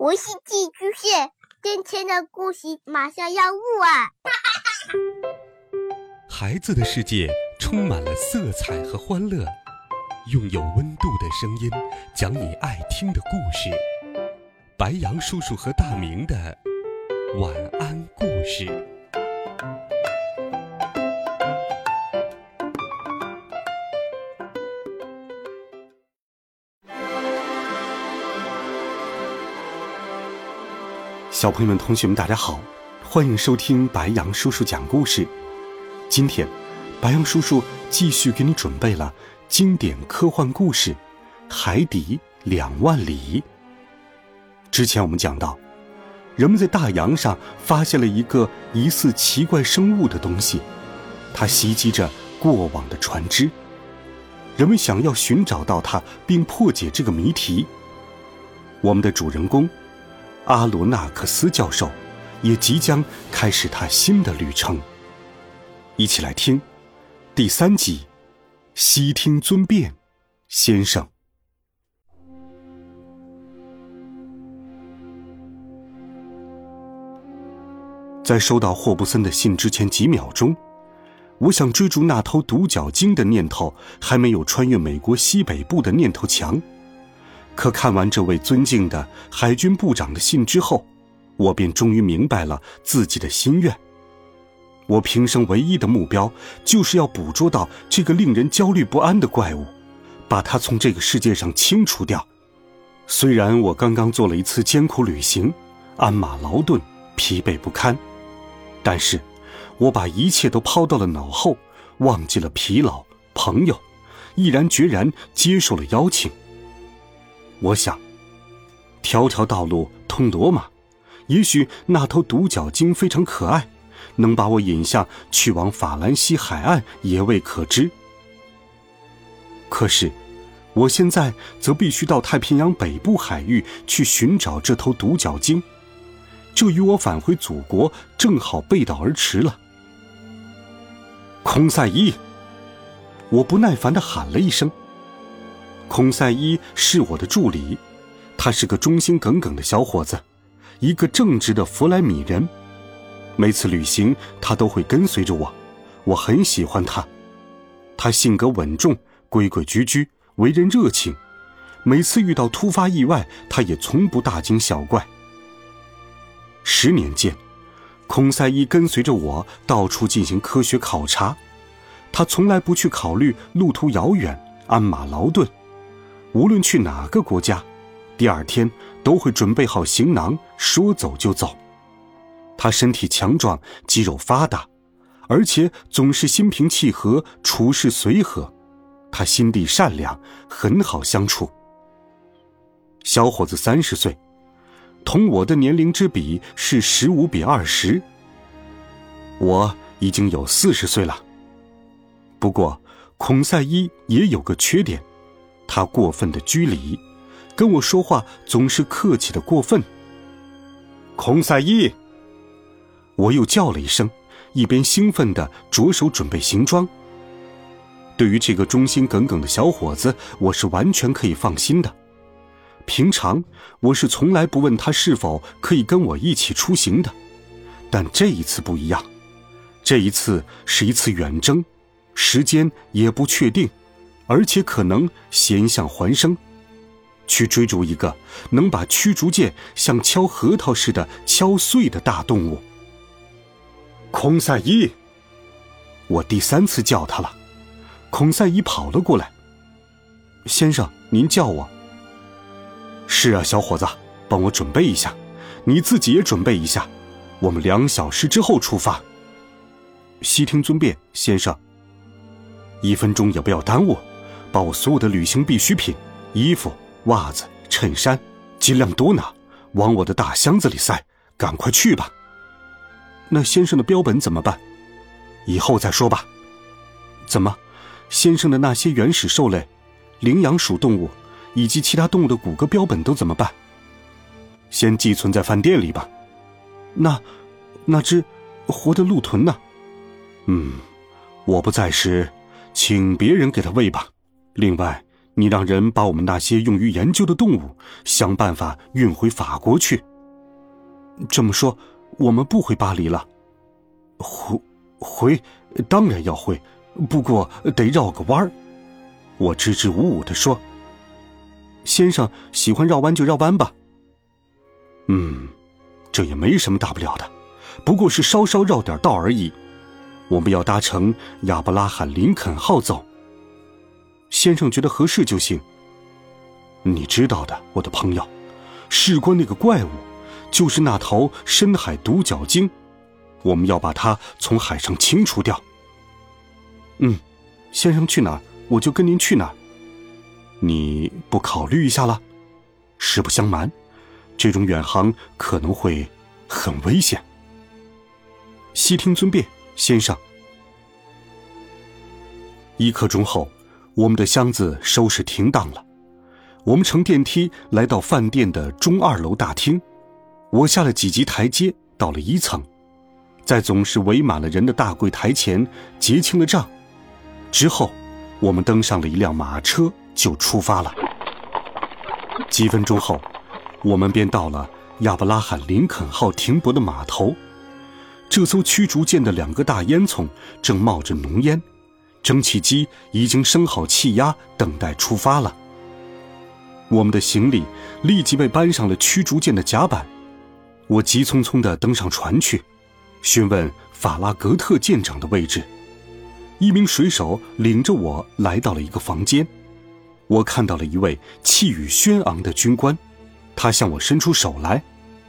我是寄居蟹，今天的故事马上要录啊！ 孩子的世界充满了色彩和欢乐，用有温度的声音讲你爱听的故事。白羊叔叔和大明的晚安故事。 小朋友们、同学们，大家好，欢迎收听白羊叔叔讲故事。今天，白羊叔叔继续给你准备了经典科幻故事《海底2万里》。之前我们讲到，人们在大洋上发现了一个疑似奇怪生物的东西，它袭击着过往的船只。人们想要寻找到它，并破解这个谜题。我们的主人公阿罗纳克斯教授也即将开始他新的旅程。一起来听第3集，悉听尊便先生。在收到霍布森的信之前几秒钟，我想追逐那头独角鲸的念头还没有穿越美国西北部的念头强。可看完这位尊敬的海军部长的信之后，我便终于明白了自己的心愿。我平生唯一的目标就是要捕捉到这个令人焦虑不安的怪物，把它从这个世界上清除掉。虽然我刚刚做了一次艰苦旅行，鞍马劳顿，疲惫不堪，但是我把一切都抛到了脑后，忘记了疲劳、朋友，毅然决然接受了邀请。我想，条条道路通罗马，也许那头独角鲸非常可爱，能把我引向去往法兰西海岸也未可知。可是我现在则必须到太平洋北部海域去寻找这头独角鲸，这与我返回祖国正好背道而驰了。孔塞伊！我不耐烦地喊了一声。孔塞伊是我的助理，他是个忠心耿耿的小伙子，一个正直的弗莱米人。每次旅行他都会跟随着我，我很喜欢他。他性格稳重，规规矩矩，为人热情。每次遇到突发意外，他也从不大惊小怪。10年间，孔塞伊跟随着我到处进行科学考察，他从来不去考虑路途遥远、鞍马劳顿。无论去哪个国家，第2天都会准备好行囊，说走就走。他身体强壮，肌肉发达，而且总是心平气和，处事随和。他心地善良，很好相处。小伙子30岁，同我的年龄之比是15比20。我已经有40岁了。不过孔塞伊也有个缺点，他过分的拘礼，跟我说话总是客气的过分。孔塞伊！我又叫了一声，一边兴奋地着手准备行装。对于这个忠心耿耿的小伙子，我是完全可以放心的。平常我是从来不问他是否可以跟我一起出行的，但这一次不一样。这一次是一次远征，时间也不确定，而且可能险象环生，去追逐一个能把驱逐舰像敲核桃似的敲碎的大动物。孔塞伊！我第3次叫他了。孔塞伊跑了过来。先生，您叫我？是啊，小伙子，帮我准备一下，你自己也准备一下，我们2小时之后出发。悉听尊便，先生。1分钟也不要耽误，把我所有的旅行必需品，衣服、袜子、衬衫，尽量多拿，往我的大箱子里塞，赶快去吧。那先生的标本怎么办？以后再说吧。怎么，先生的那些原始兽类、羚羊属动物以及其他动物的骨骼标本都怎么办？先寄存在饭店里吧。那只活的鹿豚呢？我不在时，请别人给它喂吧。另外， 你让人把我们那些用于研究的动物想办法运回法国去。这么说，我们不回巴黎了？回，当然要回，不过得绕个弯儿。我支支吾吾地说。先生喜欢绕弯就绕弯吧。这也没什么大不了的，不过是稍稍绕点道而已。我们要搭乘亚伯拉罕·林肯号走。先生觉得合适就行。你知道的，我的朋友，事关那个怪物，就是那头深海独角鲸，我们要把它从海上清除掉。先生去哪儿，我就跟您去哪儿。你不考虑一下了？实不相瞒，这种远航可能会很危险。悉听尊便，先生。1刻钟后，我们的箱子收拾停当了。我们乘电梯来到饭店的中2楼大厅，我下了几级台阶，到了1层，在总是围满了人的大柜台前结清了账。之后，我们登上了一辆马车，就出发了。几分钟后，我们便到了亚伯拉罕·林肯号停泊的码头。这艘驱逐舰的2个大烟囱正冒着浓烟，蒸汽机已经升好气压，等待出发了。我们的行李立即被搬上了驱逐舰的甲板。我急匆匆地登上船去，询问法拉格特舰长的位置。一名水手领着我来到了一个房间。我看到了一位气宇轩昂的军官，他向我伸出手来。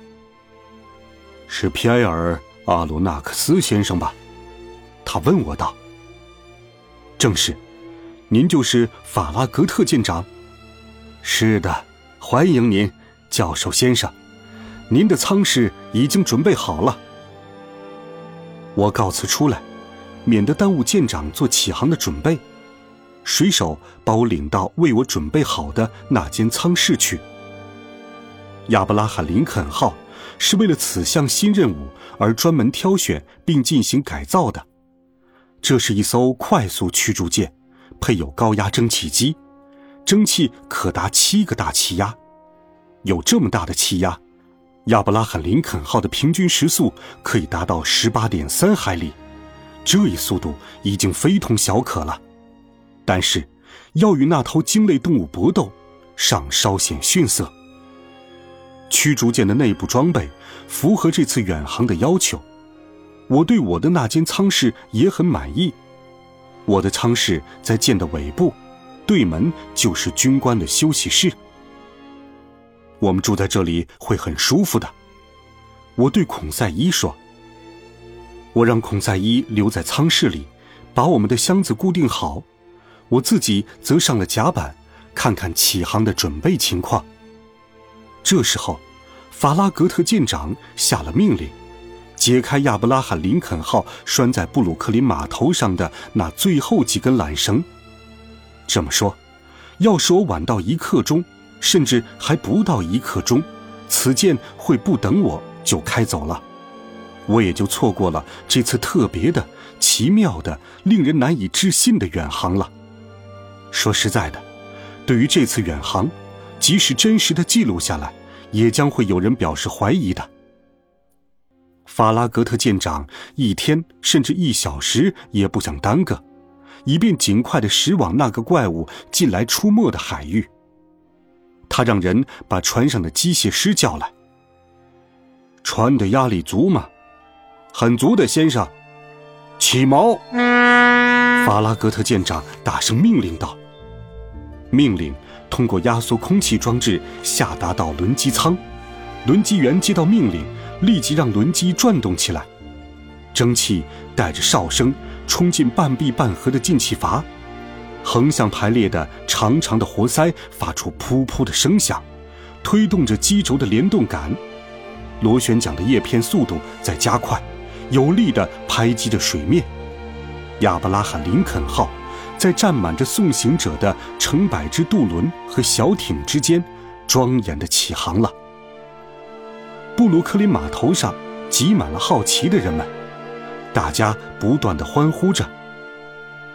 是皮埃尔·阿罗纳克斯先生吧？他问我道。正是。您就是法拉格特舰长？是的，欢迎您，教授先生。您的舱室已经准备好了。我告辞出来，免得耽误舰长做起航的准备。水手把我领到为我准备好的那间舱室去。亚伯拉罕·林肯号是为了此项新任务而专门挑选并进行改造的。这是一艘快速驱逐舰，配有高压蒸汽机，蒸汽可达7个大气压。有这么大的气压，亚伯拉罕·林肯号的平均时速可以达到 18.3 海里，这一速度已经非同小可了。但是要与那头鲸类动物搏斗，尚稍显逊色。驱逐舰的内部装备符合这次远航的要求，我对我的那间舱室也很满意。我的舱室在舰的尾部，对门就是军官的休息室。我们住在这里会很舒服的，我对孔塞伊说。我让孔塞伊留在舱室里，把我们的箱子固定好，我自己则上了甲板，看看起航的准备情况。这时候，法拉格特舰长下了命令，解开亚伯拉罕·林肯号拴在布鲁克林码头上的那最后几根缆绳。这么说，要是我晚到1刻钟，甚至还不到1刻钟，此舰会不等我就开走了，我也就错过了这次特别的、奇妙的、令人难以置信的远航了。说实在的，对于这次远航，即使真实的记录下来，也将会有人表示怀疑的。法拉格特舰长1天甚至1小时也不想耽搁，以便尽快地驶往那个怪物近来出没的海域。他让人把船上的机械师叫来。船的压力足吗？很足的，先生。起锚！法拉格特舰长大声命令道。命令通过压缩空气装置下达到轮机舱，轮机员接到命令，立即让轮机转动起来。蒸汽带着哨声冲进半闭半合的进气阀，横向排列的长长的活塞发出噗噗的声响，推动着机轴的联动杆。螺旋桨的叶片速度在加快，有力地拍击着水面。亚伯拉罕·林肯号在站满着送行者的成百只渡轮和小艇之间庄严地起航了。布鲁克林码头上挤满了好奇的人们，大家不断地欢呼着。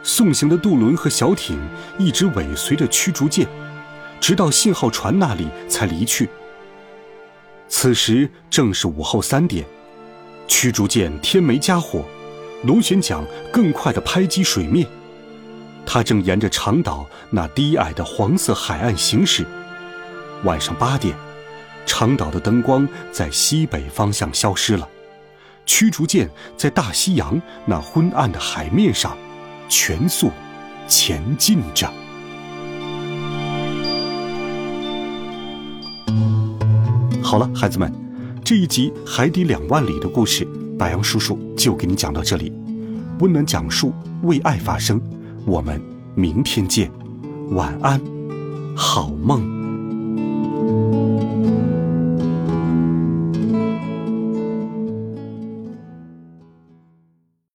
送行的渡轮和小艇一直尾随着驱逐舰，直到信号船那里才离去。此时正是午后3点，驱逐舰天没加火，螺旋桨更快地拍击水面，它正沿着长岛那低矮的黄色海岸行驶。晚上8点，长岛的灯光在西北方向消失了，驱逐舰在大西洋那昏暗的海面上全速前进着。好了，孩子们，这一集《海底2万里》的故事，白杨叔叔就给你讲到这里。温暖讲述，为爱发声，我们明天见，晚安，好梦。